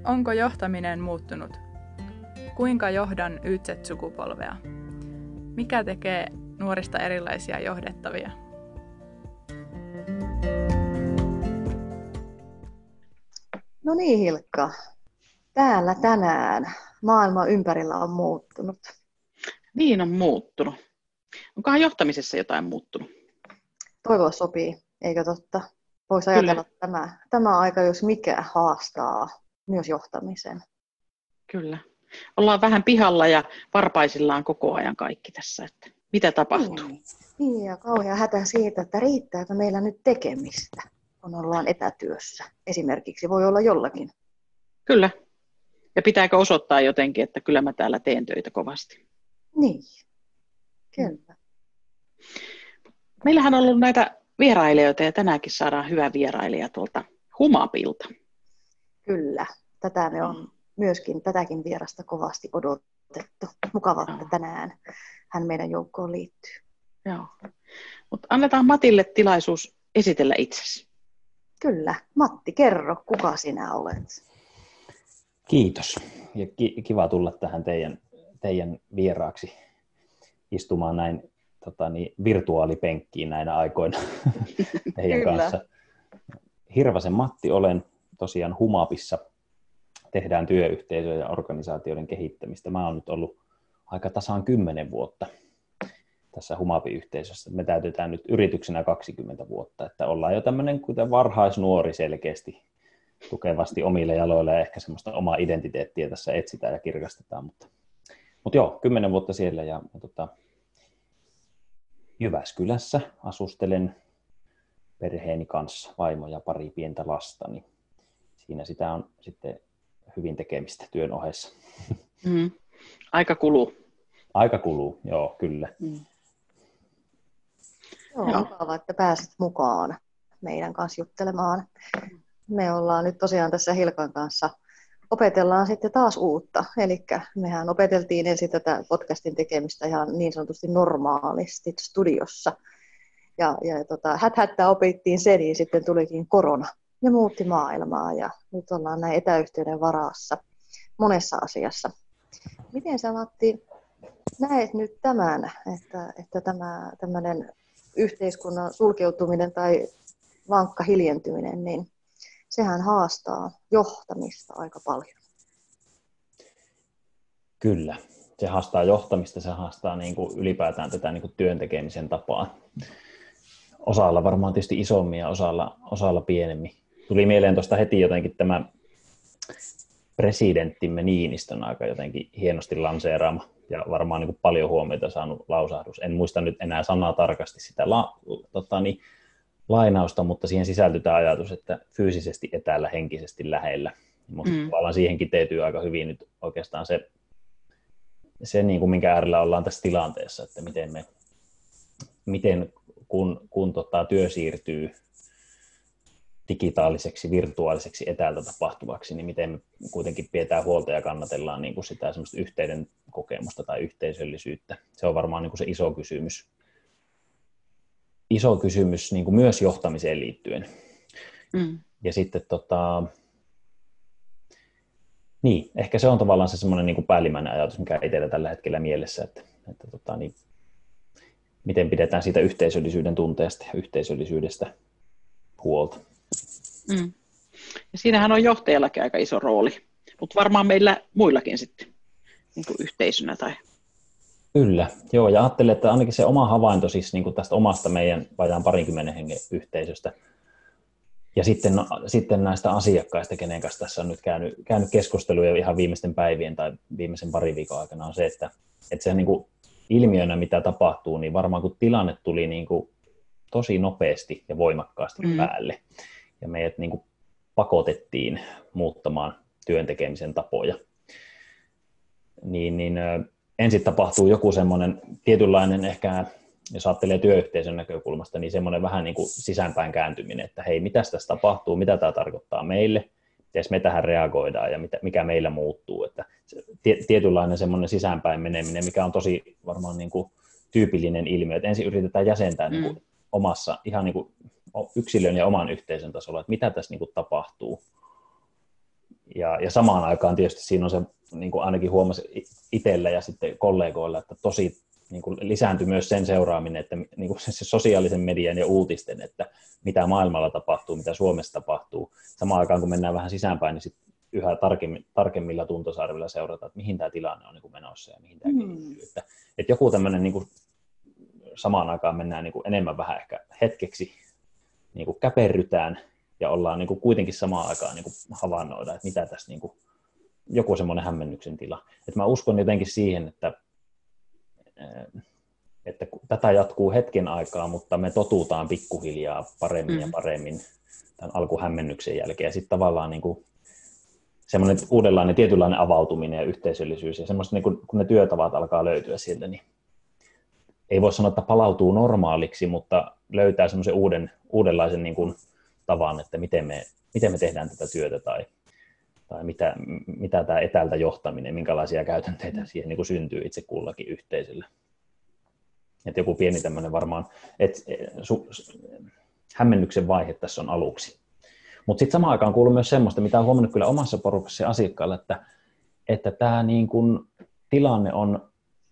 Onko johtaminen muuttunut? Kuinka johdan YZ-sukupolvea? Mikä tekee nuorista erilaisia johdettavia? No niin, Hilkka. Täällä tänään maailma ympärillä on muuttunut. Niin on muuttunut. Onkohan johtamisessa jotain muuttunut? Toivoa sopii, eikö totta? Voisi ajatella, että tämä aika, jos mikä, haastaa myös johtamisen. Kyllä. Ollaan vähän pihalla ja varpaisillaan koko ajan kaikki tässä, että mitä tapahtuu. Niin, ja kauhea hätä siitä, että riittääkö meillä nyt tekemistä, kun ollaan etätyössä. Esimerkiksi voi olla jollakin. Kyllä. Ja pitääkö osoittaa jotenkin, että kyllä mä täällä teen töitä kovasti. Niin, kyllä. Meillähän on ollut näitä vierailijoita ja tänäänkin saadaan hyvä vierailija tuolta Humapilta. Kyllä, tätä me on myöskin tätäkin vierasta kovasti odotettu. Mukavaa, että tänään hän meidän joukkoon liittyy. Joo. Mutta annetaan Matille tilaisuus esitellä itsesi. Kyllä. Matti, kerro, kuka sinä olet? Kiitos. Ja kiva tulla tähän teidän vieraaksi istumaan näin virtuaalipenkkiin näinä aikoina teidän kanssa. Hirvasen Matti olen tosiaan Humapissa. Tehdään työyhteisöjen ja organisaatioiden kehittämistä. Mä oon nyt ollut aika tasaan 10 vuotta tässä Humapi-yhteisössä. Me täytetään nyt yrityksenä 20 vuotta, että ollaan jo tämmöinen kuten varhaisnuori selkeästi tukevasti omille jaloille ja ehkä semmoista omaa identiteettiä tässä etsitään ja kirkastetaan. Mutta joo, 10 vuotta siellä ja Jyväskylässä asustelen perheeni kanssa, vaimo ja pari pientä lasta, niin siinä sitä on sitten hyvin tekemistä työn ohessa. Aika kuluu. Aika kuluu, joo, kyllä. Joo, mukava, että pääsit mukaan meidän kanssa juttelemaan. Me ollaan nyt tosiaan tässä Hilkan kanssa, opetellaan sitten taas uutta. Eli mehän opeteltiin ensin tätä podcastin tekemistä ihan niin sanotusti normaalisti studiossa. Ja häthätää opittiin se, niin sitten tulikin korona. Ne muutti maailmaa ja nyt ollaan näin etäyhteyden varassa monessa asiassa. Miten sä, Matti, näet nyt tämän, että tämä tämmöinen yhteiskunnan sulkeutuminen tai vankka hiljentyminen, niin sehän haastaa johtamista aika paljon. Kyllä, se haastaa johtamista, se haastaa niin kuin ylipäätään tätä niin kuin työn tekemisen tapaa. Osalla varmaan tietysti isommin ja osalla pienemmin. Tuli mieleen tuosta heti jotenkin tämä presidenttimme Niinistön aika jotenkin hienosti lanseeraama ja varmaan niin kuin paljon huomiota saanut lausahdus. En muista nyt enää sanaa tarkasti sitä lainausta, mutta siihen sisältyy tämä ajatus, että fyysisesti etäällä, henkisesti lähellä. Mutta tavallaan siihen kiteytyy aika hyvin nyt oikeastaan se niin kuin minkä äärellä ollaan tässä tilanteessa, että miten kun työ siirtyy digitaaliseksi, virtuaaliseksi, etäältä tapahtuvaksi, niin miten me kuitenkin pidetään huolta ja kannatellaan niin kuin sitä semmoista yhteyden kokemusta tai yhteisöllisyyttä. Se on varmaan niin kuin se iso kysymys. Iso kysymys niin kuin myös johtamiseen liittyen. Ja sitten niin, ehkä se on tavallaan se semmoinen niin kuin päällimmäinen ajatus, mikä itsellä tällä hetkellä mielessä, että miten pidetään siitä yhteisöllisyyden tunteesta ja yhteisöllisyydestä huolta. Ja siinähän on johtajallakin aika iso rooli, mutta varmaan meillä muillakin sitten niin kuin yhteisönä. Tai... Kyllä, joo, ja ajattelen, että ainakin se oma havainto siis niin kuin tästä omasta meidän vajaan 20 hengen yhteisöstä, ja sitten näistä asiakkaista, kenen kanssa tässä on nyt käynyt keskusteluja ihan viimeisten päivien tai viimeisen parin viikon aikana, on se, että se niin kuin ilmiönä, mitä tapahtuu, niin varmaan kun tilanne tuli niin kuin tosi nopeasti ja voimakkaasti päälle, ja meidät niin kuin pakotettiin muuttamaan työn tekemisen tapoja, niin ensin tapahtuu joku semmoinen tietynlainen ehkä, jos ajattelee työyhteisön näkökulmasta, niin semmoinen vähän niin kuin sisäänpäin kääntyminen, että hei, mitäs tässä tapahtuu, mitä tämä tarkoittaa meille, miten me tähän reagoidaan ja mikä meillä muuttuu, että tietynlainen semmoinen sisäänpäin meneminen, mikä on tosi varmaan niin kuin tyypillinen ilmiö, että ensin yritetään jäsentää niin kuin omassa ihan niin kuin yksilön ja oman yhteisön tasolla, että mitä tässä niin kuin tapahtuu. Ja samaan aikaan tietysti siinä on se, niin kuin ainakin huomasi itsellä ja sitten kollegoilla, että tosi niin kuin lisääntyi myös sen seuraaminen, että niin kuin se sosiaalisen median ja uutisten, että mitä maailmalla tapahtuu, mitä Suomessa tapahtuu. Samaan aikaan, kun mennään vähän sisäänpäin, niin sitten yhä tarkemmilla tuntosarvilla seurataan, että mihin tämä tilanne on niin kuin menossa ja mihin tämä kehittyy. Että joku tämmöinen niin kuin samaan aikaan mennään niin kuin enemmän vähän ehkä hetkeksi niin kuin käperrytään ja ollaan niin kuin kuitenkin samaan aikaan niin kuin havainnoidaan, että mitä tässä niin kuin, joku semmoinen hämmennyksen tila. Että mä uskon jotenkin siihen, että tätä jatkuu hetken aikaa, mutta me totutaan pikkuhiljaa paremmin ja paremmin tämän alkuhämmennyksen jälkeen. Ja sitten tavallaan niin kuin semmoinen uudenlainen tietynlainen avautuminen ja yhteisöllisyys ja semmoista, niin kun ne työtavat alkaa löytyä sieltä, niin ei voi sanoa, että palautuu normaaliksi, mutta löytää semmoisen uudenlaisen niin kuin tavan, että miten me tehdään tätä työtä tai mitä tämä etäältä johtaminen, minkälaisia käytänteitä siihen niin kuin syntyy itse kullakin yhteisöllä. Että joku pieni tämmöinen varmaan hämmennyksen vaihe tässä on aluksi. Mutta sitten samaan aikaan kuuluu myös semmoista, mitä olen huomannut kyllä omassa porukassa ja asiakkailla, että tämä niin kuin tilanne on,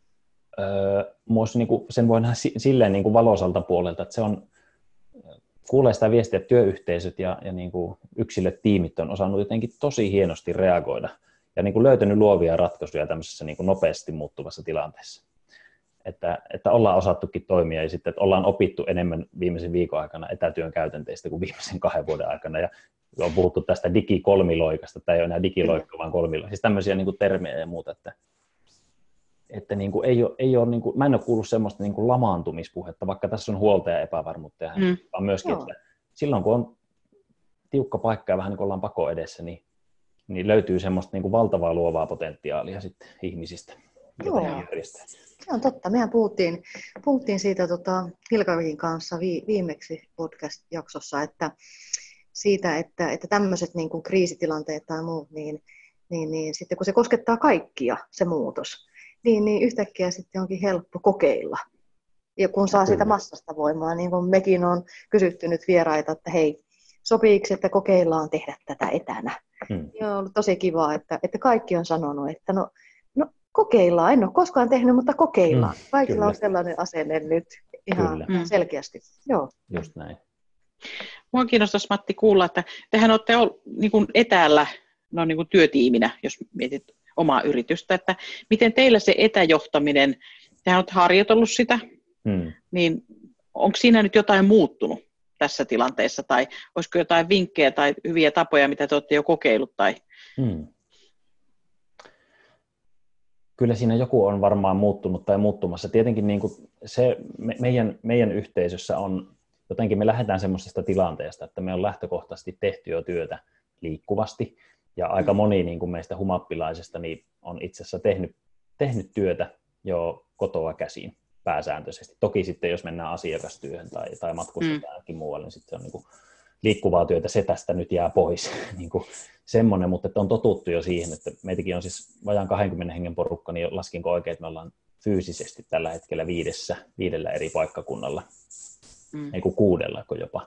niin kuin sen voi nähdä silleen niin kuin valoisalta puolelta, että se on, kuulee sitä viestiä, että työyhteisöt ja niin kuin yksilöt, tiimit on osannut jotenkin tosi hienosti reagoida ja niin kuin löytänyt luovia ratkaisuja tämmöisessä niin kuin nopeasti muuttuvassa tilanteessa. Että ollaan osattukin toimia ja sitten, että ollaan opittu enemmän viimeisen viikon aikana etätyön käytänteistä kuin viimeisen 2 vuoden aikana. Ja on puhuttu tästä digikolmiloikasta, tai ei ole enää digiloikka, vaan kolmiloikka. Siis tämmöisiä niin kuin termejä ja muuta, että niin kuin ei ole niin kuin, mä en ole kuullut semmoista niin kuin lamaantumispuhetta, vaikka tässä on huolta ja epävarmuutta, vaan myöskin, että silloin kun on tiukka paikka ja vähän niin kuin ollaan pako edessä, niin löytyy semmoista niin kuin valtavaa luovaa potentiaalia sitten ihmisistä, jota järjestää. Se on totta. Mehän puhuttiin siitä Hilkarikin kanssa viimeksi podcast-jaksossa, että siitä, että tämmöiset niin kuin kriisitilanteet tai muut, niin sitten kun se koskettaa kaikkia, se muutos, niin yhtäkkiä sitten onkin helppo kokeilla. Ja kun saa sitä massasta voimaa, niin kuin mekin on kysytty nyt vieraita, että hei, sopiiko, että kokeillaan tehdä tätä etänä. Ja on ollut tosi kivaa, että kaikki on sanonut, että no kokeillaan, en ole koskaan tehnyt, mutta kokeillaan. Kaikilla on sellainen asenne nyt ihan selkeästi. Joo. Just näin. Mua kiinnostaisi, Matti, kuulla, että tehän olette niin kuin etäällä niin kuin työtiiminä, jos mietit omaa yritystä, että miten teillä se etäjohtaminen, tehän olette harjoitellut sitä, niin onko siinä nyt jotain muuttunut tässä tilanteessa, tai olisiko jotain vinkkejä tai hyviä tapoja, mitä te olette jo kokeillut? Tai... Kyllä siinä joku on varmaan muuttunut tai muuttumassa. Tietenkin niin kuin se meidän yhteisössä on, jotenkin me lähdetään semmoisesta tilanteesta, että me on lähtökohtaisesti tehty jo työtä liikkuvasti, ja aika moni niin kuin meistä humappilaisesta niin on itse asiassa tehnyt työtä jo kotoa käsin pääsääntöisesti. Toki sitten, jos mennään asiakastyöhön tai matkustetaan jonnekin muualle, niin sitten se on niin kuin liikkuvaa työtä, se tästä nyt jää pois. niin kuin semmoinen, mutta että on totuttu jo siihen, että meitäkin on siis vajaan 20 hengen porukka, niin laskinko oikein, että me ollaan fyysisesti tällä hetkellä 5 eri paikkakunnalla, ei kun 6 jopa.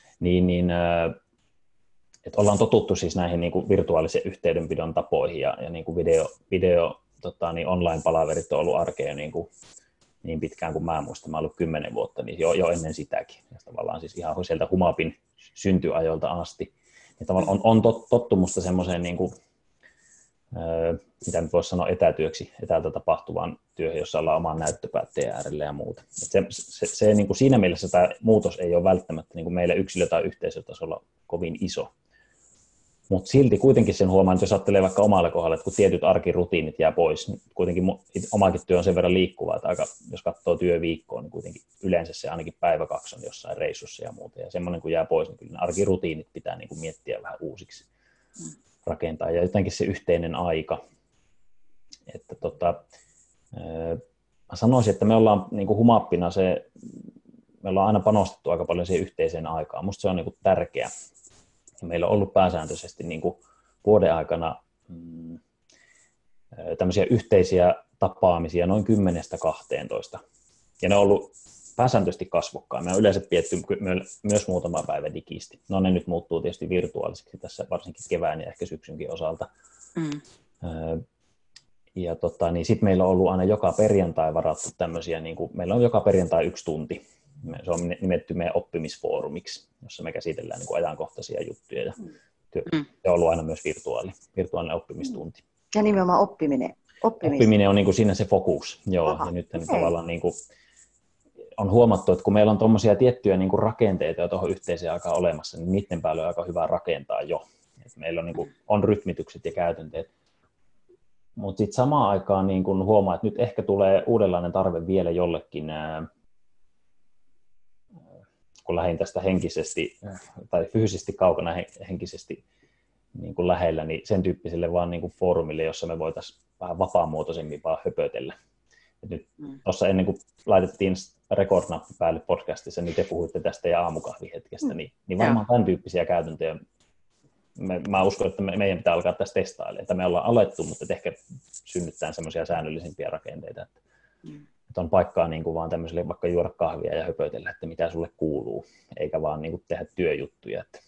Että ollaan totuttu siis näihin niin kuin virtuaalisen yhteydenpidon tapoihin ja niin kuin video online-palaverit on ollut arkea niin pitkään kuin mä muistan, mä olen ollut 10 vuotta, niin jo ennen sitäkin. Ja tavallaan siis ihan sieltä Humapin syntyajoilta asti. Ja tavallaan on tottumusta semmoiseen, niin kuin, mitä nyt voisi sanoa etätyöksi, etäältä tapahtuvaan työhön, jossa ollaan oman näyttöpäätteen äärellä ja muuta. Se niin kuin siinä mielessä tämä muutos ei ole välttämättä niin kuin meille yksilö- tai yhteisötasolla kovin iso. Mutta silti kuitenkin sen huomaan, että jos ajattelee vaikka omalle kohdalle, että kun tietyt arkirutiinit jää pois, niin kuitenkin omakin työ on sen verran liikkuvaa, että jos katsoo työviikkoa, niin kuitenkin yleensä se ainakin päivä 2 on jossain reissussa ja muuta. Ja semmoinen kun jää pois, niin kyllä ne arkirutiinit pitää niin kuin miettiä vähän uusiksi rakentaa. Ja jotenkin se yhteinen aika. Että mä sanoisin, että me ollaan niin kuin Humappina me ollaan aina panostettu aika paljon siihen yhteiseen aikaan. Musta se on niin kuin tärkeä. Ja meillä on ollut pääsääntöisesti niin kuin vuoden aikana tämmöisiä yhteisiä tapaamisia noin 10-12. Ja ne on ollut pääsääntöisesti kasvokkaan. Me on yleensä pidetty myös muutama päivä digisti. No ne nyt muuttuu tietysti virtuaaliseksi tässä varsinkin kevään ja ehkä syksynkin osalta. Ja niin sitten meillä on ollut aina joka perjantai varattu tämmöisiä, niin kuin, meillä on joka perjantai 1 tunti. Se on nimetty meidän oppimisfoorumiksi, jossa me käsitellään niin kuin ajankohtaisia juttuja. Ja se on ollut aina myös virtuaalinen oppimistunti. Ja nimenomaan Oppiminen on niin kuin siinä se fokus. Joo. Aha, ja nyt tavallaan niin kuin, on huomattu, että kun meillä on tuommoisia tiettyjä niin kuin rakenteita, joita on yhteiseen aikaan olemassa, niin niiden päälle on aika hyvä rakentaa jo. Et meillä on, niin kuin, on rytmitykset ja käytänteet. Mutta sitten samaan aikaan niin kun huomaa, että nyt ehkä tulee uudenlainen tarve vielä jollekin, kun lähdin tästä henkisesti tai fyysisesti kaukana henkisesti niin kun lähellä, niin sen tyyppiselle vaan niin kun foorumille, jossa me voitaisiin vähän vapaamuotoisemmin vaan höpötellä. Et nyt tuossa ennen kuin laitettiin rekordnappi päälle podcastissa, niin te puhuitte tästä ja aamukahvihetkestä, niin varmaan tämän tyyppisiä käytäntöjä. Mä uskon, että meidän pitää alkaa tässä testailemaan, että me ollaan alettu, mutta ehkä synnyttää semmoisia säännöllisempiä rakenteita, että on paikkaa niin kuin vaan tämmöiselle vaikka juoda kahvia ja höpötellä, että mitä sulle kuuluu, eikä vaan niin kuin tehdä työjuttuja. Että.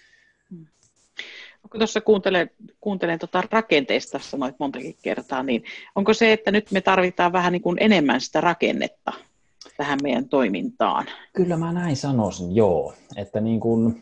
Kun tuossa kuuntelen rakenteista, sanoit montakin kertaa, niin onko se, että nyt me tarvitaan vähän niin kuin enemmän sitä rakennetta tähän meidän toimintaan? Kyllä mä näin sanoisin, joo, että niin kuin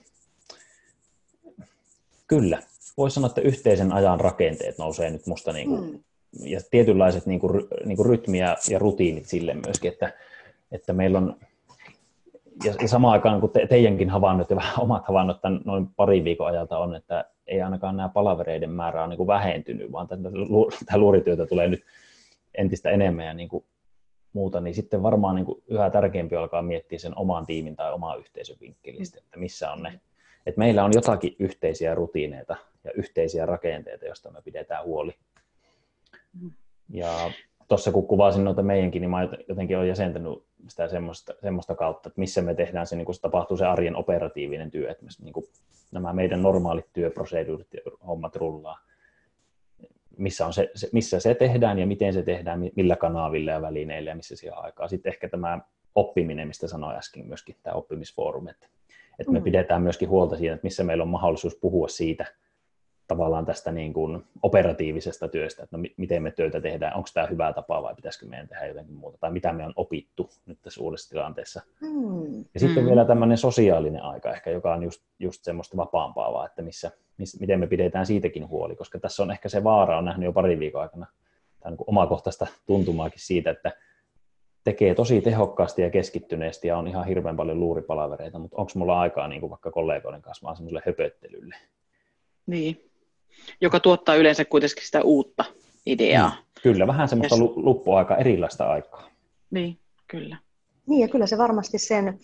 kyllä. Voisi sanoa, että yhteisen ajan rakenteet nousee nyt musta, niin kuin, ja tietynlaiset niin kuin rytmi ja rutiinit sille myöskin, että meillä on, ja samaan aikaan kun teidänkin havainnot ja vähän omat havainnot tämän noin parin viikon ajalta on, että ei ainakaan nämä palavereiden määrä ole niin kuin vähentynyt, vaan tämä luorityötä tulee nyt entistä enemmän ja niin kuin muuta, niin sitten varmaan niin kuin yhä tärkeämpi alkaa miettiä sen oman tiimin tai omaa yhteisön vinkkelistä, että missä on ne. Että meillä on jotakin yhteisiä rutiineita ja yhteisiä rakenteita, joista me pidetään huoli. Ja tuossa kun kuvasin noita meidänkin, niin mä jotenkin olen jäsentänyt sitä semmoista kautta, että missä me tehdään se, niin kun se tapahtuu se arjen operatiivinen työ, että niin kun nämä meidän normaalit työproseduurit ja hommat rullaa. Missä se tehdään ja miten se tehdään, millä kanavilla ja välineillä ja missä siihen aikaa. Sitten ehkä tämä oppiminen, mistä sanoin äsken myöskin, tämä oppimisfoorumi, että me pidetään myöskin huolta siitä, että missä meillä on mahdollisuus puhua siitä tavallaan tästä niin kuin operatiivisesta työstä, että no, miten me töitä tehdään, onko tämä hyvä tapa vai pitäisikö meidän tehdä jotenkin muuta, tai mitä me on opittu nyt tässä uudessa tilanteessa. Ja sitten vielä tämmöinen sosiaalinen aika ehkä, joka on just semmoista vapaampaa, vaan, että miten me pidetään siitäkin huoli, koska tässä on ehkä se vaara, on nähnyt jo parin viikon aikana, tai niin kuin omakohtaista tuntumaakin siitä, että tekee tosi tehokkaasti ja keskittyneesti ja on ihan hirveän paljon luuripalavereita, mutta onko mulla aikaa niin kuin vaikka kollegoiden kanssa vaan semmoiselle höpöttelylle? Niin, joka tuottaa yleensä kuitenkin sitä uutta ideaa. Kyllä, vähän semmoista luppuaikaa, erilaista aikaa. Niin, kyllä. Niin, ja kyllä se varmasti sen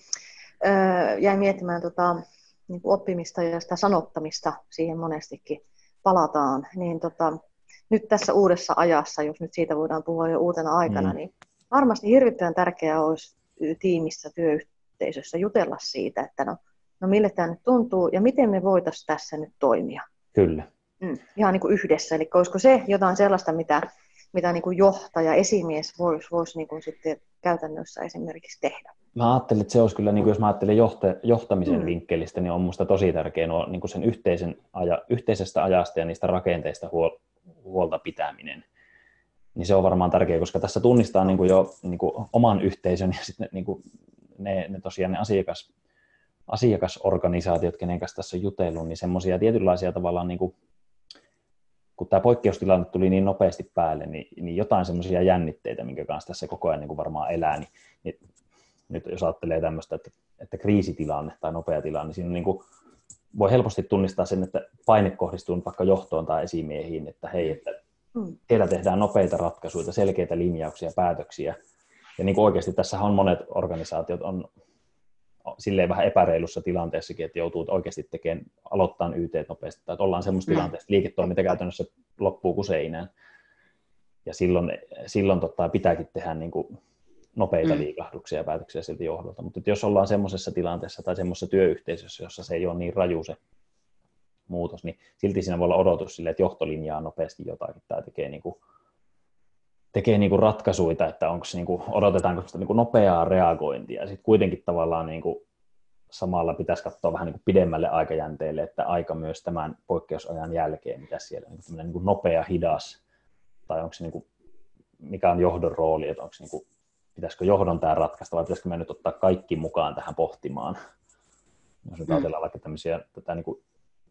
jäi miettimään niin kuin oppimista ja sitä sanottamista, siihen monestikin palataan. Niin nyt tässä uudessa ajassa, jos nyt siitä voidaan puhua jo uutena aikana, niin varmasti hirvittävän tärkeää olisi tiimissä, työyhteisössä jutella siitä, että no mille tämä nyt tuntuu ja miten me voitaisiin tässä nyt toimia. Kyllä. Ihan niin kuin yhdessä, eli olisiko se jotain sellaista, mitä niin kuin johtaja, esimies voisi niin kuin sitten käytännössä esimerkiksi tehdä? Mä ajattelin, että se olisi kyllä, niin kuin jos mä ajattelen johtamisen vinkkelistä, niin on musta tosi tärkeää niin kuin sen yhteisestä ajasta ja niistä rakenteista huolta pitäminen. Niin se on varmaan tärkeää, koska tässä tunnistaa niin kuin jo niin kuin oman yhteisön ja sitten niin kuin ne tosiaan ne asiakasorganisaatiot, kenen kanssa tässä on jutellut, niin semmoisia tietynlaisia tavallaan, niin kuin, kun tämä poikkeustilanne tuli niin nopeasti päälle, niin jotain semmoisia jännitteitä, minkä kanssa tässä koko ajan niin kuin varmaan elää, niin nyt jos ajattelee tämmöistä, että kriisitilanne tai nopea tilanne, niin siinä niin kuin voi helposti tunnistaa sen, että paine kohdistuu vaikka johtoon tai esimiehiin, että hei, että siellä tehdään nopeita ratkaisuja, selkeitä linjauksia, päätöksiä. Ja niin kuin oikeasti tässä on monet organisaatiot on silleen vähän epäreilussa tilanteessakin, että joutuu oikeasti aloittamaan YT nopeasti. Tai että ollaan semmoista tilanteessa, että liiketoiminta käytännössä loppuu kuin seinään. Ja silloin pitääkin tehdä niin kuin nopeita liikahduksia ja päätöksiä siltä johdolta. Mutta jos ollaan semmoisessa tilanteessa tai semmoisessa työyhteisössä, jossa se ei ole niin raju se muutos, niin silti siinä voi olla odotus sille, että johto linjaa nopeasti jotakin tai tekee niin kuin tekee niin kuin ratkaisuja, että onko niin kuin, odotetaanko sitä niin kuin nopeaa reagointia. Sitten kuitenkin tavallaan niin kuin samalla pitäisi katsoa vähän niin kuin pidemmälle aikajänteelle, että aika myös tämän poikkeusajan jälkeen, mitä siellä on niin kuin nopea, hidas, tai onko se niin kuin, mikä on johdon rooli, että onko niin kuin, pitäisikö johdon tämä ratkaista, vai pitäisikö me nyt ottaa kaikki mukaan tähän pohtimaan. Jos nyt ajatellaan vaikka tämmöisiä niin kuin,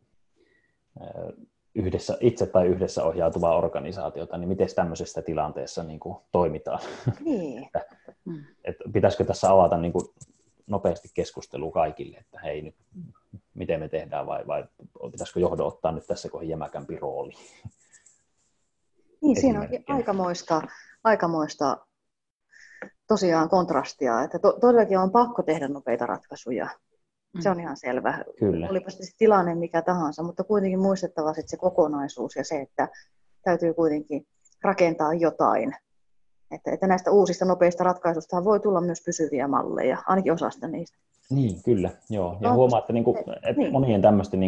itse tai yhdessä ohjautuvaa organisaatiota, niin miten tämmöisessä tilanteessa niin kuin toimitaan? Niin. että pitäisikö tässä avata niin kuin nopeasti keskustelua kaikille, että hei nyt, miten me tehdään vai pitäisikö johdon ottaa nyt tässä kohdassa jämäkämpi rooli? Niin, siinä on aikamoista tosiaan kontrastia, että todellakin on pakko tehdä nopeita ratkaisuja. Se on ihan selvä. Kyllä. Olipa se tilanne mikä tahansa, mutta kuitenkin muistettava se kokonaisuus ja se, että täytyy kuitenkin rakentaa jotain. Että näistä uusista nopeista ratkaisuista voi tulla myös pysyviä malleja, ainakin osasta niistä. Niin, kyllä. Joo. Ja huomaa, että, että monien tämmöisten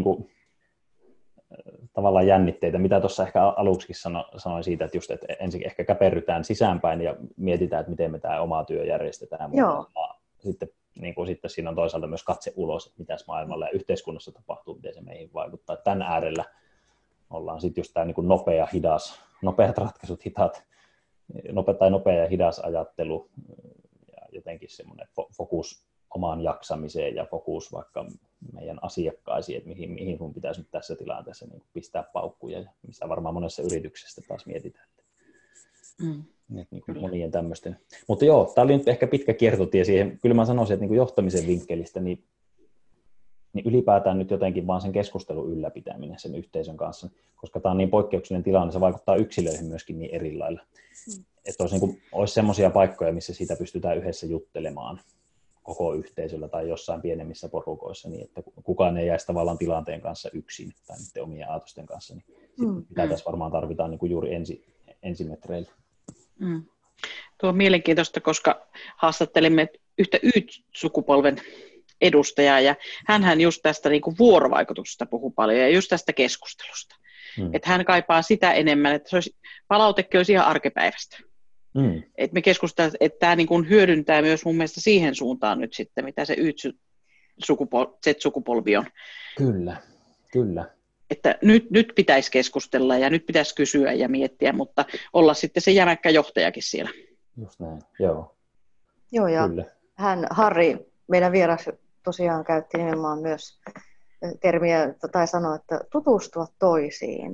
tavallaan jännitteitä, mitä tuossa ehkä aluksikin sanoin siitä, että just, että ensin ehkä käperrytään sisäänpäin ja mietitään, että miten me tämä oma työ järjestetään. Sitten siinä on toisaalta myös katse ulos, että mitä maailmalla ja yhteiskunnassa tapahtuu, miten se meihin vaikuttaa. Tämän äärellä ollaan sitten just tämä niin kuin nopeat ratkaisut, nopea ja hidas ajattelu ja jotenkin semmoinen fokus omaan jaksamiseen ja fokus vaikka meidän asiakkaisiin, että mihin sun pitäisi nyt tässä tilanteessa niin pistää paukkuja, missä varmaan monessa yrityksessä taas mietitään. Niin kuin monien tämmöisten. Mutta joo, tämä oli nyt ehkä pitkä kiertotie siihen. Kyllä mä sanoisin, että niin kuin johtamisen vinkkelistä, niin ylipäätään nyt jotenkin vaan sen keskustelun ylläpitäminen sen yhteisön kanssa, koska tämä on niin poikkeuksellinen tilanne, se vaikuttaa yksilöihin myöskin niin eri lailla. Että olisi semmoisia paikkoja, missä siitä pystytään yhdessä juttelemaan koko yhteisöllä tai jossain pienemmissä porukoissa, niin että kukaan ei jäisi tavallaan tilanteen kanssa yksin tai niiden omien aatosten kanssa. Niin mitä tässä varmaan tarvitaan niin kuin juuri ensimetreillä. Tuo on mielenkiintoista, koska haastattelimme yhtä Y-sukupolven edustajaa, ja hänhän just tästä niin kuin vuorovaikutuksesta puhuu paljon, ja just tästä keskustelusta. Että hän kaipaa sitä enemmän, että palautekin olisi ihan arkipäivästä. Että me keskustellaan, että tämä niin kuin hyödyntää myös mun mielestä siihen suuntaan nyt sitten, mitä se Z-sukupolvi on. Kyllä. Että nyt pitäisi keskustella ja nyt pitäisi kysyä ja miettiä, mutta olla sitten se jämäkkä johtajakin siellä. Just näin, joo. Joo, ja kyllä. Harri, meidän vieras tosiaan käytti nimenomaan myös termiä tai sanoi, että tutustua toisiin.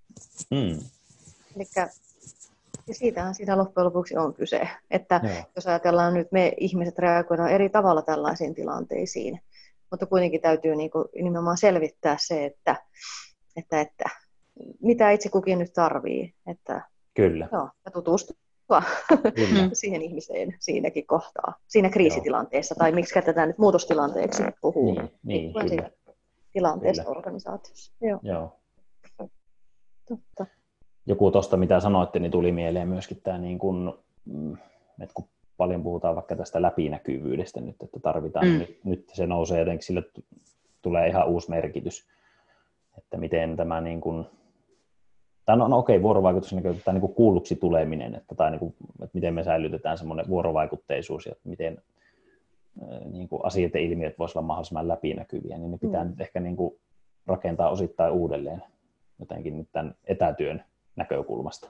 Elikkä ja siitähän siinä loppujen lopuksi on kyse, että jos ajatellaan nyt, me ihmiset reagoidaan eri tavalla tällaisiin tilanteisiin, mutta kuitenkin täytyy nimenomaan selvittää se, että mitä itse kukin nyt tarvii, että kyllä. Ja tutustua siihen ihmiseen siinäkin kohtaa, siinä kriisitilanteessa, tai miksi tätä nyt muutostilanteeksi puhuu, niin siinä tilanteessa organisaatiossa. Joo. Totta. Joku tuosta, mitä sanoitte, niin tuli mieleen myöskin tämä, että kun paljon puhutaan vaikka tästä läpinäkyvyydestä nyt, että tarvitaan, nyt se nousee jotenkin, sille tulee ihan uusi merkitys, että miten tämä vuorovaikutus näkyy, kuulluksi tuleminen, että miten me säilytetään semmoinen vuorovaikutteisuus ja miten asiat ja ilmiöt voisivat olla mahdollisimman läpinäkyviä, niin ne pitää nyt ehkä rakentaa osittain uudelleen jotenkin nyt tämän etätyön näkökulmasta.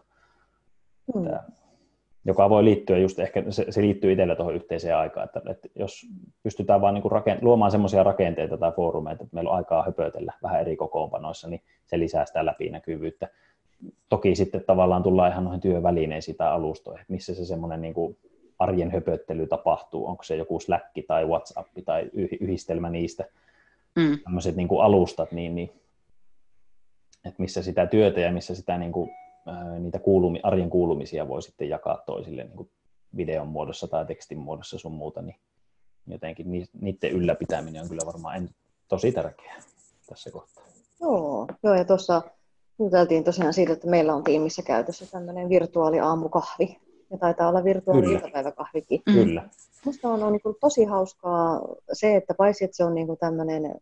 Joka voi liittyä just ehkä, se liittyy itsellä tuohon yhteiseen aikaan, että jos pystytään vaan luomaan semmoisia rakenteita tai foorumeita, että meillä on aikaa höpötellä vähän eri kokoonpanoissa, niin se lisää sitä läpinäkyvyyttä. Toki sitten tavallaan tullaan ihan noihin työvälineisiin tai alustoihin, että missä se semmoinen arjen höpöttely tapahtuu, onko se joku Slack tai WhatsApp tai yhdistelmä niistä, tämmöiset alustat, niin että missä sitä työtä ja missä sitä niitä arjen kuulumisia voi sitten jakaa toisille videon muodossa tai tekstin muodossa sun muuta, niin jotenkin niiden ylläpitäminen on kyllä varmaan tosi tärkeää tässä kohtaa. Joo, ja tuossa juteltiin tosiaan siitä, että meillä on tiimissä käytössä tämmöinen virtuaaliaamukahvi, ja taitaa olla virtuaali-iltapäiväkahvikin. Kyllä. Musta on tosi hauskaa se, että paitsi että se on tämmöinen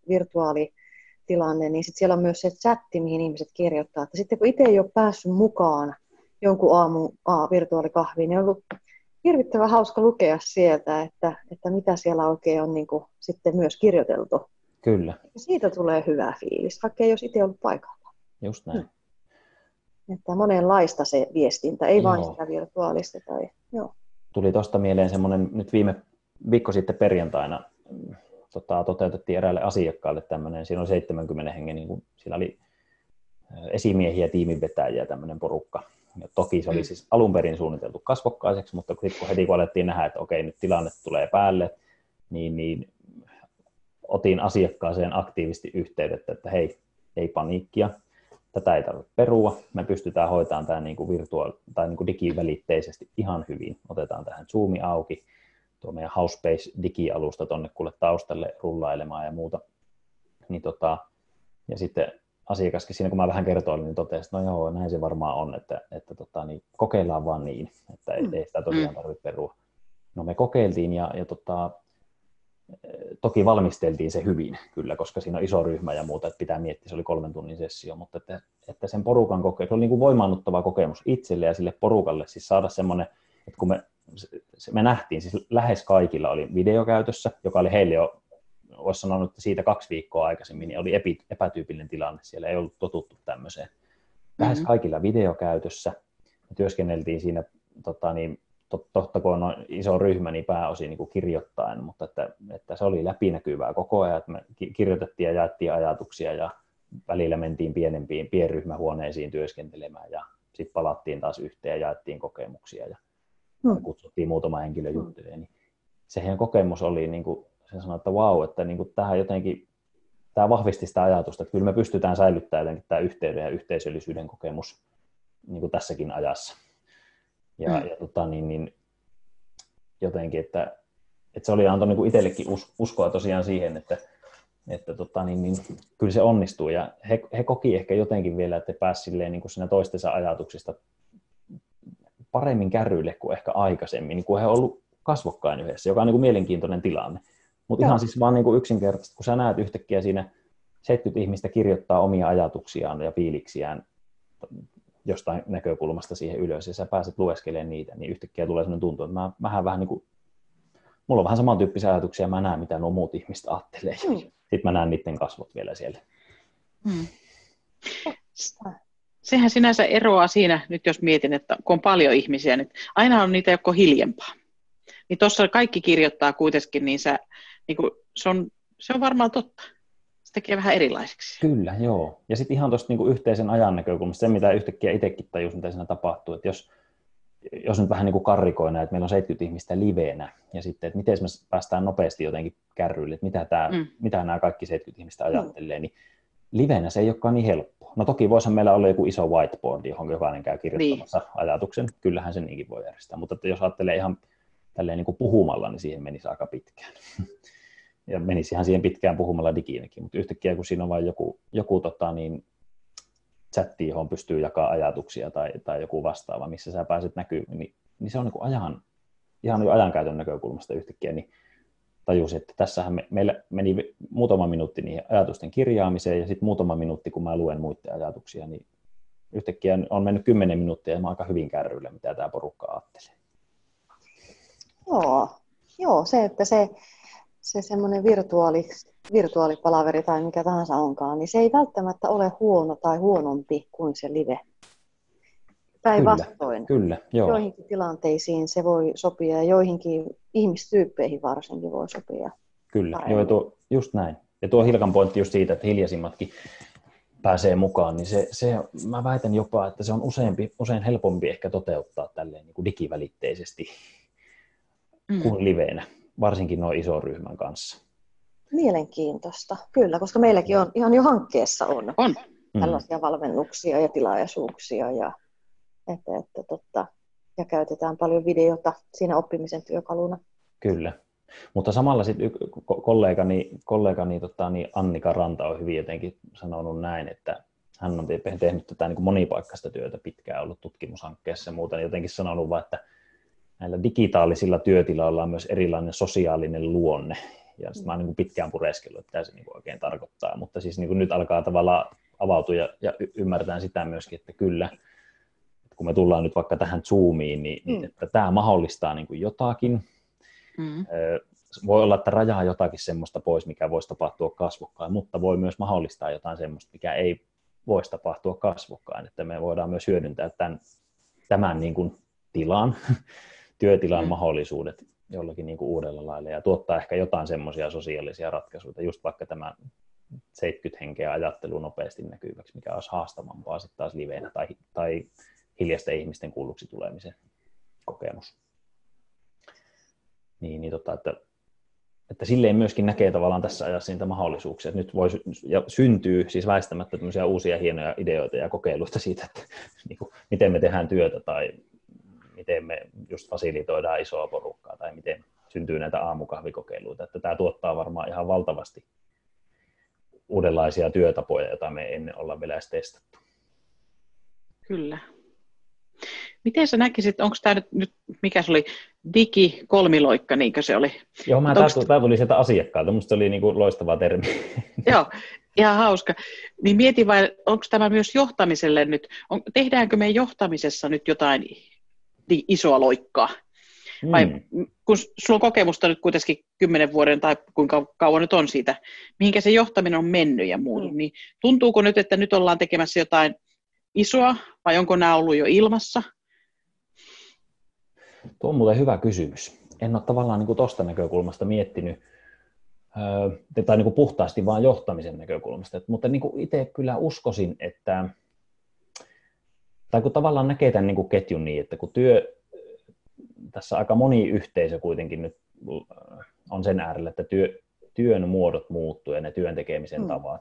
virtuaalitilanne, niin sitten siellä on myös se chatti, mihin ihmiset kirjoittaa. Että sitten kun itse ei ole päässyt mukaan jonkun aamun virtuaalikahviin, niin on ollut hirvittävän hauska lukea sieltä, että mitä siellä oikein on niin kuin sitten myös kirjoiteltu. Kyllä. Ja siitä tulee hyvä fiilis, vaikka ei olisi itse ollut paikalla. Just näin. Että monenlaista se viestintä, ei vain Joo. sitä virtuaalista. Joo. Tuli tuosta mieleen semmoinen, nyt viime viikko sitten perjantaina toteutettiin eräälle asiakkaalle tämmöinen, siinä oli 70 hengen, niin kuin, siinä oli esimiehiä, tiiminvetäjiä, tämmöinen porukka. Ja toki se oli siis alun perin suunniteltu kasvokkaiseksi, mutta heti kun alettiin nähdä, että okei, nyt tilanne tulee päälle, niin otin asiakkaaseen aktiivisesti yhteyttä, että hei, ei paniikkia, tätä ei tarvitse perua, me pystytään hoitamaan tämä niin kuin tai niin kuin digivälitteisesti ihan hyvin. Otetaan tähän Zoomi auki, tuo meidän HouseSpace-digialusta tuonne kuule taustalle rullailemaan ja muuta. Niin ja sitten asiakaskin siinä, kun mä vähän kertoin, niin totesin, että no joo, näin se varmaan on, että niin kokeillaan vaan niin, että ei sitä tosiaan tarvitse perua. No me kokeiltiin ja toki valmisteltiin se hyvin kyllä, koska siinä on iso ryhmä ja muuta, että pitää miettiä, se oli 3 tunnin sessio, mutta että sen porukan kokeilu, se oli niin kuin voimaannuttava kokemus itselle ja sille porukalle, siis saada semmoinen, että kun me nähtiin, siis lähes kaikilla oli videokäytössä, joka oli heille jo, voisi sanoa, että siitä 2 viikkoa aikaisemmin, niin oli epätyypillinen tilanne, siellä ei ollut totuttu tämmöiseen. Lähes kaikilla videokäytössä, me työskenneltiin siinä, totta kun on iso ryhmä, niin pääosin niin kuin kirjoittaen, mutta että se oli läpinäkyvää koko ajan, että me kirjoitettiin ja jaettiin ajatuksia ja välillä mentiin pienempiin pienryhmähuoneisiin työskentelemään ja sitten palattiin taas yhteen ja jaettiin kokemuksia ja kutsuttiin muutama henkilö juttuja. Niin se heidän kokemus oli, niin kuin se sanoi, että vau, että niin kuin tämä vahvisti sitä ajatusta, että kyllä me pystytään säilyttämään jotenkin tämä yhteyden ja yhteisöllisyyden kokemus niin kuin tässäkin ajassa. Ja jotenkin, että se oli antanut niin itsellekin uskoa tosiaan siihen, että kyllä se onnistuu. Ja he koki ehkä jotenkin vielä, että he pääsivät niin siinä toistensa ajatuksista paremmin kärryille kuin ehkä aikaisemmin, niin kuin he ovat olleet kasvokkain yhdessä, joka on niin kuin mielenkiintoinen tilanne. Mutta ihan siis vaan niin kuin yksinkertaisesti, kun sä näet yhtäkkiä siinä 70 ihmistä kirjoittaa omia ajatuksiaan ja fiiliksiään jostain näkökulmasta siihen ylös, ja sä pääset lueskelemaan niitä, niin yhtäkkiä tulee sellainen tuntu, että vähän niin kuin, mulla on vähän samantyyppisiä ajatuksia, ja mä näen, mitä nuo muut ihmiset ajattelee, ja sitten mä näen niiden kasvot vielä siellä. Sehän sinänsä eroaa siinä, nyt jos mietin, että kun on paljon ihmisiä, niin aina on niitä, jotka on hiljempaa. Niin tuossa kaikki kirjoittaa kuitenkin, niin se on varmaan totta. Se tekee vähän erilaiseksi. Kyllä, joo. Ja sitten ihan tuosta niinku yhteisen ajan näkökulmasta, se mitä yhtäkkiä itsekin tajus, mitä siinä tapahtuu, että jos nyt vähän niin kuin karrikoin näin, että meillä on 70 ihmistä liveenä, ja sitten, että miten me päästään nopeasti jotenkin kärryille, että mitä nämä kaikki 70 ihmistä ajattelee, niin liveenä se ei olekaan niin helppoa. No toki voisihan meillä olla joku iso whiteboard, johon jokainen käy kirjoittamassa ajatuksen, kyllähän se niinkin voi järjestää, mutta että jos ajattelee ihan tälleen niin kuin puhumalla, niin siihen menisi aika pitkään. Ja menisi ihan siihen pitkään puhumalla digiinäkin, mutta yhtäkkiä kun siinä on vain joku chatti, johon pystyy jakaa ajatuksia tai joku vastaava, missä sä pääset näkymään, niin se on niin kuin ihan jo ajankäytön näkökulmasta yhtäkkiä, niin tajusin, että tässähän meillä meni muutama minuutti niihin ajatusten kirjaamiseen ja sitten muutama minuutti, kun mä luen muiden ajatuksia, niin yhtäkkiä on mennyt 10 minuuttia ja mä aika hyvin kärryillä, mitä tämä porukka ajattelee. Joo, se, että se semmoinen virtuaalipalaveri tai mikä tahansa onkaan, niin se ei välttämättä ole huono tai huonompi kuin se live. Päinvastoin. Kyllä, joo. Joihinkin tilanteisiin se voi sopia ja joihinkin ihmistyyppeihin varsinkin voi sopia. Kyllä, joo, just näin. Ja tuo Hilkan pointti just siitä, että hiljaisimmatkin pääsee mukaan, niin mä väitän jopa, että se on usein helpompi ehkä toteuttaa tälleen niin kuin digivälitteisesti kuin liveenä, varsinkin noin ison ryhmän kanssa. Mielenkiintoista, kyllä, koska meilläkin on ihan jo hankkeessa on tällaisia valmennuksia ja tilaisuuksia ja käytetään paljon videota siinä oppimisen työkaluna. Kyllä, mutta samalla sitten kollegani Annika Ranta on hyvin jotenkin sanonut näin, että hän on tehnyt tätä niin kuin monipaikkaista työtä pitkään, ollut tutkimushankkeessa ja muuta, niin jotenkin sanonut vaan, että näillä digitaalisilla työtiloilla on myös erilainen sosiaalinen luonne. Ja sitten mä oon niin kuin pitkään pureskellut, että mitä se niin kuin oikein tarkoittaa. Mutta siis niin kuin nyt alkaa tavallaan avautua ja ymmärtää sitä myöskin, että kyllä, kun me tullaan nyt vaikka tähän Zoomiin, niin että tämä mahdollistaa niin kuin jotakin. Voi olla, että rajaa jotakin semmoista pois, mikä voisi tapahtua kasvokkain, mutta voi myös mahdollistaa jotain semmoista, mikä ei voisi tapahtua kasvokkain. Että me voidaan myös hyödyntää tämän niin kuin tilan, työtilan mahdollisuudet jollakin niin kuin uudella lailla ja tuottaa ehkä jotain semmoisia sosiaalisia ratkaisuja, just vaikka tämä 70 henkeä ajattelu nopeasti näkyväksi, mikä olisi haastavampaa sitten taas liveenä tai hiljaisten ihmisten kuulluksi tulemisen kokemus. Että silleen myöskin näkee tavallaan tässä ajassa niitä mahdollisuuksia. Nyt syntyy siis väistämättä tämmöisiä uusia hienoja ideoita ja kokeiluita siitä, että niin kuin, miten me tehdään työtä tai miten me just fasilitoidaan isoa porukkaa tai miten syntyy näitä aamukahvikokeiluita. Että tämä tuottaa varmaan ihan valtavasti uudenlaisia työtapoja, joita me ennen olla vielä edes testattu. Kyllä. Miten sä näkisit, onko tämä nyt, mikä se oli, digikolmiloikka, niinkö se oli? Joo, tämä tuli sieltä asiakkaalta, musta se oli niin kuin loistava termi. Joo, ihan hauska. Niin mietin vai, onko tämä myös johtamiselle nyt, tehdäänkö me johtamisessa nyt jotain isoa loikkaa? Vai kun sulla on kokemusta nyt kuitenkin 10 vuoden tai kuinka kauan nyt on siitä, mihinkä se johtaminen on mennyt ja muuta, niin tuntuuko nyt, että nyt ollaan tekemässä jotain isoa vai onko nämä ollut jo ilmassa? Tuo on muuten hyvä kysymys. En ole tavallaan niin tuosta näkökulmasta miettinyt, tai niin kuin puhtaasti vaan johtamisen näkökulmasta, mutta niin kuin itse kyllä uskoisin, että, tai kun tavallaan näkee tämän niin kuin ketjun niin, että kun tässä aika moni yhteisö kuitenkin nyt on sen äärellä, että työn muodot muuttuu ja ne työn tekemisen tavat,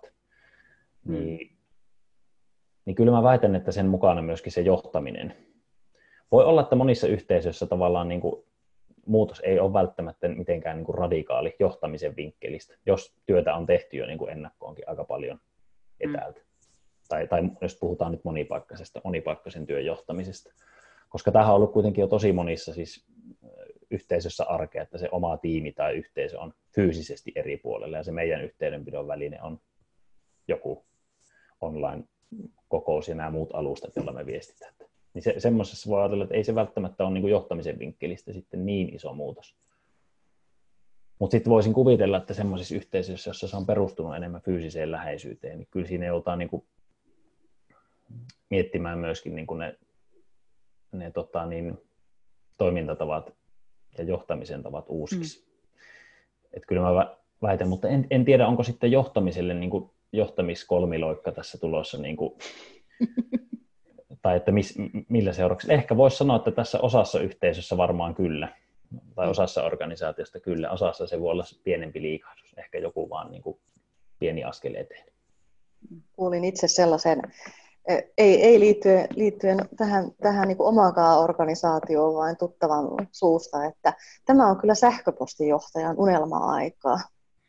niin kyllä mä väitän, että sen mukana myöskin se johtaminen. Voi olla, että monissa yhteisöissä tavallaan niin kuin muutos ei ole välttämättä mitenkään niin kuin radikaali johtamisen vinkkelistä, jos työtä on tehty jo niin kuin ennakkoonkin aika paljon etäältä. Tai jos puhutaan nyt monipaikkaisen työn johtamisesta. Koska tämähän on ollut kuitenkin jo tosi monissa siis yhteisössä arkea, että se oma tiimi tai yhteisö on fyysisesti eri puolella ja se meidän yhteydenpidon väline on joku online-kokous ja nämä muut alustat, joilla me viestitään. Niin semmoisessa voi ajatella, että ei se välttämättä ole niin kuin johtamisen vinkkelistä sitten niin iso muutos. Mutta sitten voisin kuvitella, että semmoisissa yhteisöissä, jossa se on perustunut enemmän fyysiseen läheisyyteen, niin kyllä siinä joudutaan niin kuin miettimään myöskin niin kuin ne toimintatavat ja johtamisen tavat uusiksi. Että kyllä mä väitän, mutta en tiedä, onko sitten johtamiselle niin kuin johtamiskolmiloikka tässä tulossa, niin kuin, tai että millä seurauksella. Ehkä voisi sanoa, että tässä osassa yhteisössä varmaan kyllä, tai osassa organisaatiosta kyllä, osassa se voi olla pienempi liikahdus, ehkä joku vaan niin kuin pieni askel eteen. Kuulin itse sellaisen, ei liittyen tähän niin kuin omaankaan organisaatioon, vaan tuttavan suusta, että tämä on kyllä sähköpostijohtajan unelma-aikaa.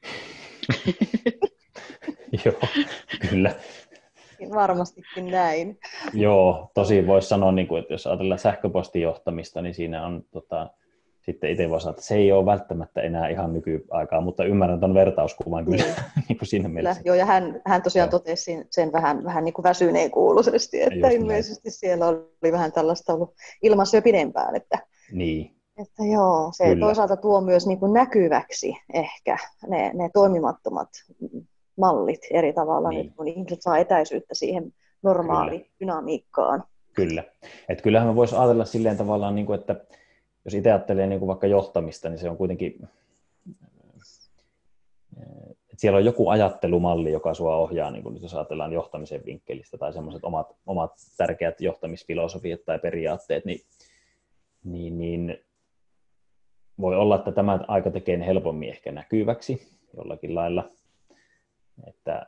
Joo, kyllä. Varmastikin näin. Joo, tosi voisi sanoa, että jos ajatellaan sähköpostijohtamista, niin siinä on sitten itse voisi sanoa, että se ei ole välttämättä enää ihan nykyaikaa, mutta ymmärrän tuon vertauskuvan kyllä niin kuin siinä mielessä. Joo, ja hän tosiaan totesi sen vähän niin kuin väsyneen kuuluisesti, että ilmeisesti siellä oli vähän tällaista ollut ilmassa jo pidempään. Että joo, se kyllä toisaalta tuo myös niin kuin näkyväksi ehkä ne toimimattomat mallit eri tavalla, nyt kun ihmiset saa etäisyyttä siihen normaaliin dynamiikkaan. Kyllä. Että kyllähän me voisi ajatella silleen tavallaan, niin kuin, että jos itse ajattelee niin kuin vaikka johtamista, niin se on kuitenkin, että siellä on joku ajattelumalli, joka sua ohjaa, niin kuin jos ajatellaan johtamisen vinkkelistä tai semmoiset omat tärkeät johtamisfilosofiat tai periaatteet, niin voi olla, että tämä aika tekee ne helpommin ehkä näkyväksi jollakin lailla, että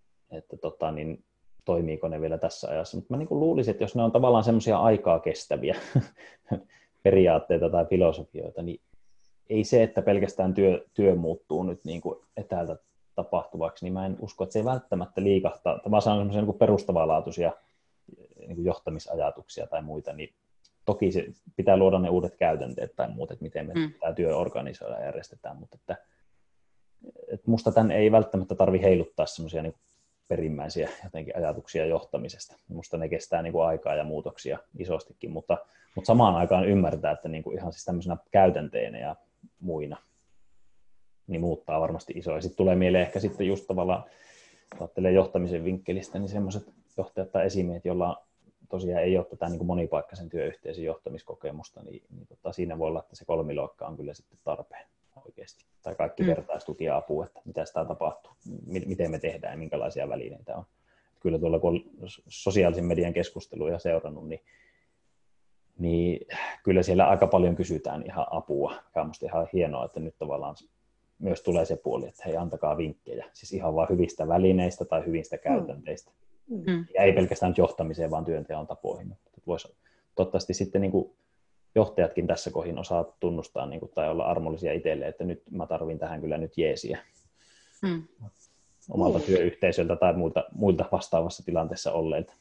toimiiko ne vielä tässä ajassa. Mutta mä niin kuin luulisin, että jos ne on tavallaan semmoisia aikaa kestäviä periaatteita tai filosofioita, niin ei se, että pelkästään työ muuttuu nyt niin kuin etäältä tapahtuvaksi, niin mä en usko, että se ei välttämättä liikahtaa. Tämä on semmoisia niin kuin perustavanlaatuisia niin kuin johtamisajatuksia tai muita, niin toki se pitää luoda ne uudet käytänteet tai muut, että miten me tämä työ organisoidaan ja järjestetään, mutta että musta tämän ei välttämättä tarvitse heiluttaa semmoisia niin perimmäisiä jotenkin ajatuksia johtamisesta. Minusta ne kestää niin kuin aikaa ja muutoksia isostikin, mutta samaan aikaan ymmärtää, että niin kuin ihan siis tämmöisenä käytänteinä ja muina niin muuttaa varmasti isoa. Sitten tulee mieleen ehkä sitten just tavallaan, ajattelee johtamisen vinkkelistä, niin semmoiset johtajat tai esimiehet, joilla tosiaan ei ole tätä niin kuin monipaikkaisen työyhteisön johtamiskokemusta, niin siinä voi olla, että se kolmiloikka on kyllä sitten tarpeen oikeasti. Tai kaikki vertaistuki ja apu, että mitä sitä tapahtuu, miten me tehdään ja minkälaisia välineitä on. Kyllä tuolla, kun on sosiaalisen median keskusteluja seurannut, niin kyllä siellä aika paljon kysytään ihan apua. Tämä on minusta ihan hienoa, että nyt tavallaan myös tulee se puoli, että hei, antakaa vinkkejä. Siis ihan vaan hyvistä välineistä tai hyvistä käytänteistä. Ja ei pelkästään nyt johtamiseen, vaan työnteon tapoihin. Voisi toivottavasti sitten niin kuin johtajatkin tässä kohin osaa tunnustaa niin kuin, tai olla armollisia itselleen, että nyt mä tarvin tähän kyllä nyt jeesiä omalta työyhteisöltä tai muilta vastaavassa tilanteessa olleilta.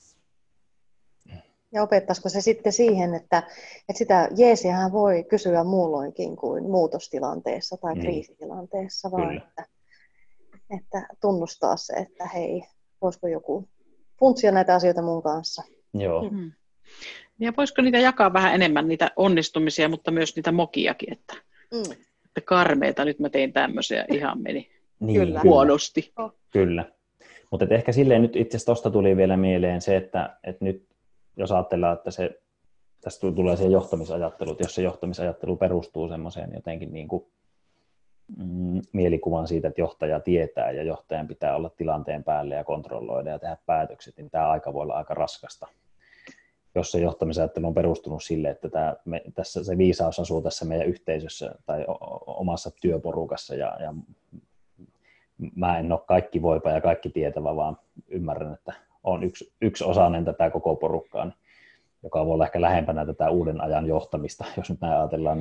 Ja opettaisiko se sitten siihen, että sitä jeesiähän voi kysyä muulloinkin kuin muutostilanteessa tai kriisitilanteessa, vaan että tunnustaa se, että hei, voisiko joku funtsia näitä asioita mun kanssa. Joo. Ja voisiko niitä jakaa vähän enemmän, niitä onnistumisia, mutta myös niitä mokiakin, että karmeita, nyt mä tein tämmöisiä, ihan meni huonosti. Kyllä. Mutta ehkä silleen nyt itse asiassa tuosta tuli vielä mieleen se, että nyt jos ajatellaan, että tästä tulee se johtamisajattelu, että jos se johtamisajattelu perustuu semmoiseen jotenkin niin kuin, mielikuvaan siitä, että johtaja tietää ja johtajan pitää olla tilanteen päälle ja kontrolloida ja tehdä päätökset, niin tämä aika voi olla aika raskasta. Jos se johtamisajattelu on perustunut sille, että tässä se viisaus asuu tässä meidän yhteisössä tai omassa työporukassa ja mä en ole kaikki voipa ja kaikki tietävä, vaan ymmärrän, että on yksi osainen tätä koko porukkaa, joka voi olla ehkä lähempänä tätä uuden ajan johtamista, jos nyt näin ajatellaan,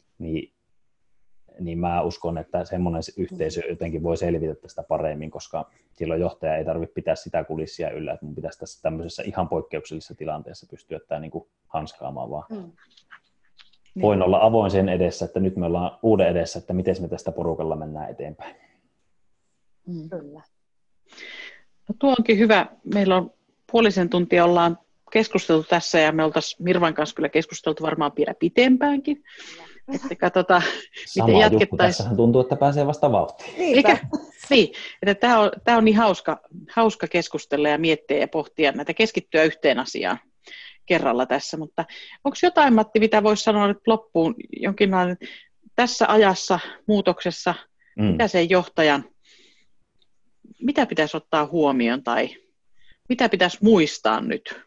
niin mä uskon, että semmoinen yhteisö jotenkin voi selvitä tästä paremmin, koska silloin johtaja ei tarvitse pitää sitä kulissia yllä, että mun pitäisi tässä tämmöisessä ihan poikkeuksellisessa tilanteessa pystyä tämä niin kuin hanskaamaan, vaan voin olla avoin sen edessä, että nyt me ollaan uuden edessä, että miten me tästä porukalla mennään eteenpäin. Kyllä. No tuo onkin hyvä. Meillä on puolisen tuntia ollaan keskusteltu tässä ja me oltaisiin Mirvan kanssa kyllä keskusteltu varmaan vielä pitempäänkin. Että katsotaan, miten jatkettaisiin. Tässä tuntuu, että pääsee vasta vauhtiin. Niin, että tämä on niin hauska keskustella ja miettiä ja pohtia näitä, keskittyä yhteen asiaan kerralla tässä. Mutta onko jotain, Matti, mitä voisi sanoa nyt loppuun, jonkinlainen tässä ajassa, muutoksessa, mitä sen johtajan, mitä pitäisi ottaa huomioon tai mitä pitäisi muistaa nyt?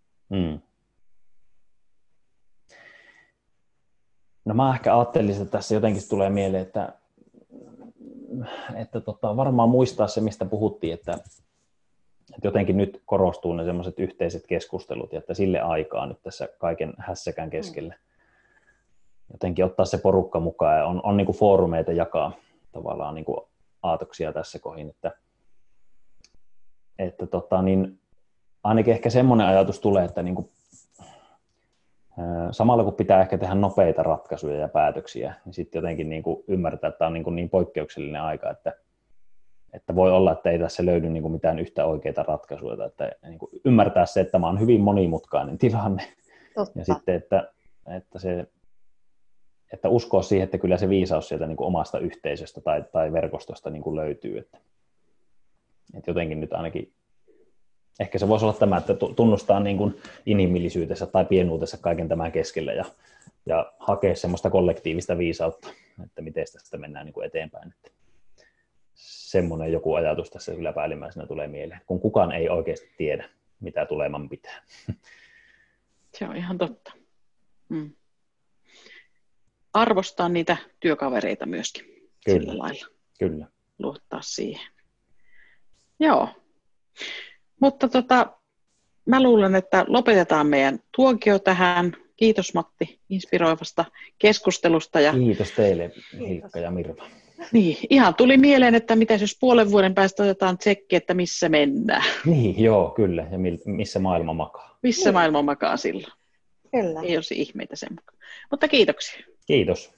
No mä ehkä ajattelisin, että tässä jotenkin tulee mieleen, että varmaan muistaa se, mistä puhuttiin, että jotenkin nyt korostuu ne semmoiset yhteiset keskustelut, ja että sille aikaa nyt tässä kaiken hässäkän keskellä jotenkin ottaa se porukka mukaan, ja on niin kuin foorumeita jakaa tavallaan niin kuin aatoksia tässä kohin, että niin ainakin ehkä semmoinen ajatus tulee, että niin kuin samalla kun pitää ehkä tehdä nopeita ratkaisuja ja päätöksiä, niin sitten jotenkin niin kuin ymmärtää, että tämä on niin poikkeuksellinen aika, että voi olla, että ei tässä löydy niin kuin mitään yhtä oikeita ratkaisuja, että niin kuin ymmärtää se, että tämä on hyvin monimutkainen tilanne. Totta. Ja sitten, että uskoa siihen, että kyllä se viisaus sieltä niin kuin omasta yhteisöstä tai verkostosta niin kuin löytyy. Että jotenkin nyt ainakin ehkä se voisi olla tämä, että tunnustaa niin kuin inhimillisyytensä tai pienuutensa kaiken tämän keskellä ja hakea semmoista kollektiivista viisautta, että miten tästä mennään niin kuin eteenpäin. Että semmoinen joku ajatus tässä kyllä päällimmäisenä tulee mieleen, kun kukaan ei oikeasti tiedä, mitä tuleman pitää. Se on ihan totta. Arvostaa niitä työkavereita myöskin sillä lailla. Kyllä. Luottaa siihen. Joo. Mutta mä luulen, että lopetetaan meidän tuokio tähän. Kiitos Matti inspiroivasta keskustelusta. Kiitos teille Hilkka ja Mirva. Niin, ihan tuli mieleen, että mitäs jos puolen vuoden päästä otetaan tsekki, että missä mennään. Niin, joo, kyllä. Ja missä maailma makaa. Missä maailma makaa silloin. Kyllä. Ei olisi ihmeitä sen mukaan. Mutta kiitoksia. Kiitos.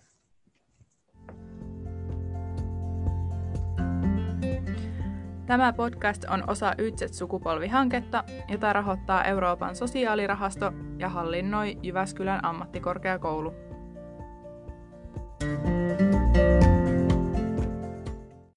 Tämä podcast on osa YZ-sukupolvihanketta, jota rahoittaa Euroopan sosiaalirahasto ja hallinnoi Jyväskylän ammattikorkeakoulu.